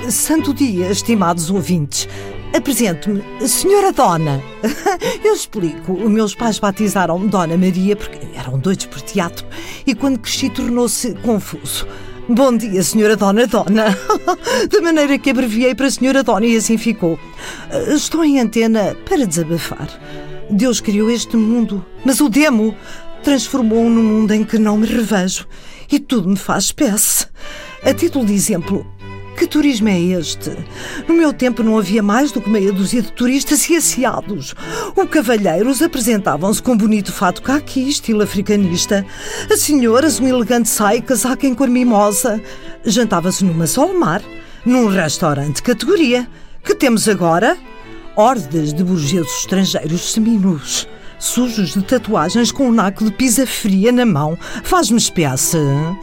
Santo dia, estimados ouvintes. Apresento-me, Senhora Dona. Eu explico. Os meus pais batizaram-me Dona Maria porque eram doidos por teatro e quando cresci tornou-se confuso. Bom dia, Senhora Dona. De maneira que abreviei para Senhora Dona e assim ficou. Estou em antena para desabafar. Deus criou este mundo, mas o demo transformou-o num mundo em que não me revejo e tudo me faz espécie. A título de exemplo, que turismo é este? No meu tempo não havia mais do que meia dúzia de turistas e asseados. Os cavalheiros apresentavam-se com um bonito fato caqui, estilo africanista. As senhoras, um elegante saia e casaco em cor mimosa. Jantava-se numa Solmar, num restaurante de categoria. Que temos agora? Hordas de burgueses estrangeiros seminus, sujos de tatuagens com um naco de pizza fria na mão. Faz-me espécie.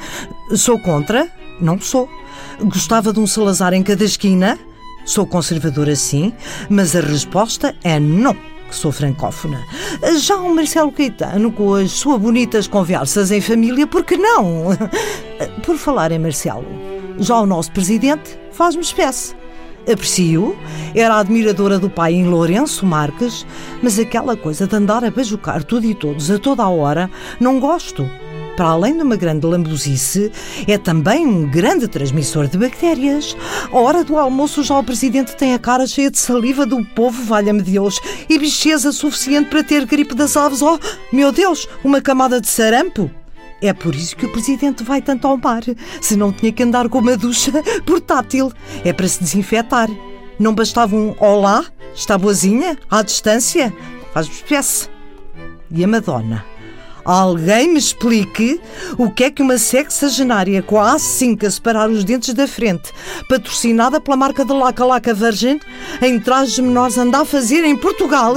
Sou contra? Não sou. Gostava de um Salazar em cada esquina? Sou conservadora, sim, mas a resposta é não, que sou francófona. Já o Marcelo Caetano, com as suas bonitas conversas em família, por que não? Por falar em Marcelo, já o nosso presidente faz-me espécie. Aprecio, era admiradora do pai em Lourenço Marques, mas aquela coisa de andar a bajucar tudo e todos a toda a hora, não gosto. Para além de uma grande lambuzice, é também um grande transmissor de bactérias. À hora do almoço já o presidente tem a cara cheia de saliva do povo, valha-me Deus, e bicheza suficiente para ter gripe das aves. Oh, meu Deus, uma camada de sarampo. É por isso que o presidente vai tanto ao mar. Se não tinha que andar com uma ducha portátil. É para se desinfetar. Não bastava um olá, está boazinha, à distância? Faz-me espécie. E a Madonna? Alguém me explique o que é que uma sexagenária com a A5 a separar os dentes da frente, patrocinada pela marca de Laca Virgin, em trajes menores anda a fazer em Portugal?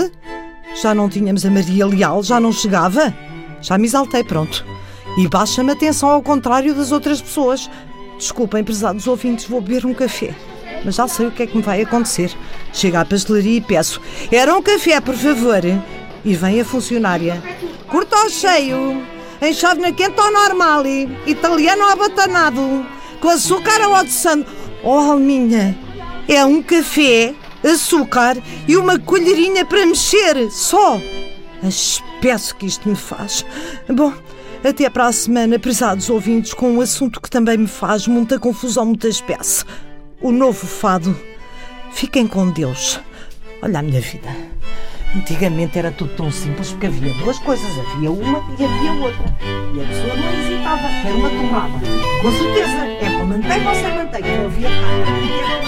Já não tínhamos a Maria Leal? Já não chegava? Já me exaltei, pronto. E baixa-me a atenção ao contrário das outras pessoas. Desculpem, prezados ouvintes, vou beber um café. Mas já sei o que é que me vai acontecer. Chego à pastelaria e peço: era um café, por favor. E vem a funcionária: curto ao cheio, em chávena quente ao normal, italiano ao abatanado, com açúcar ao adoçando. Oh, Alminha, é um café, açúcar e uma colherinha para mexer, só. A espécie que isto me faz. Bom, até para a semana, prezados ouvintes, com um assunto que também me faz muita confusão, muita espécie. O novo fado. Fiquem com Deus. Olha a minha vida. Antigamente era tudo tão simples porque havia duas coisas. Havia uma e havia outra. E a pessoa não hesitava. Era uma torrada. Com certeza. É com manteiga ou sem manteiga. Não havia nada.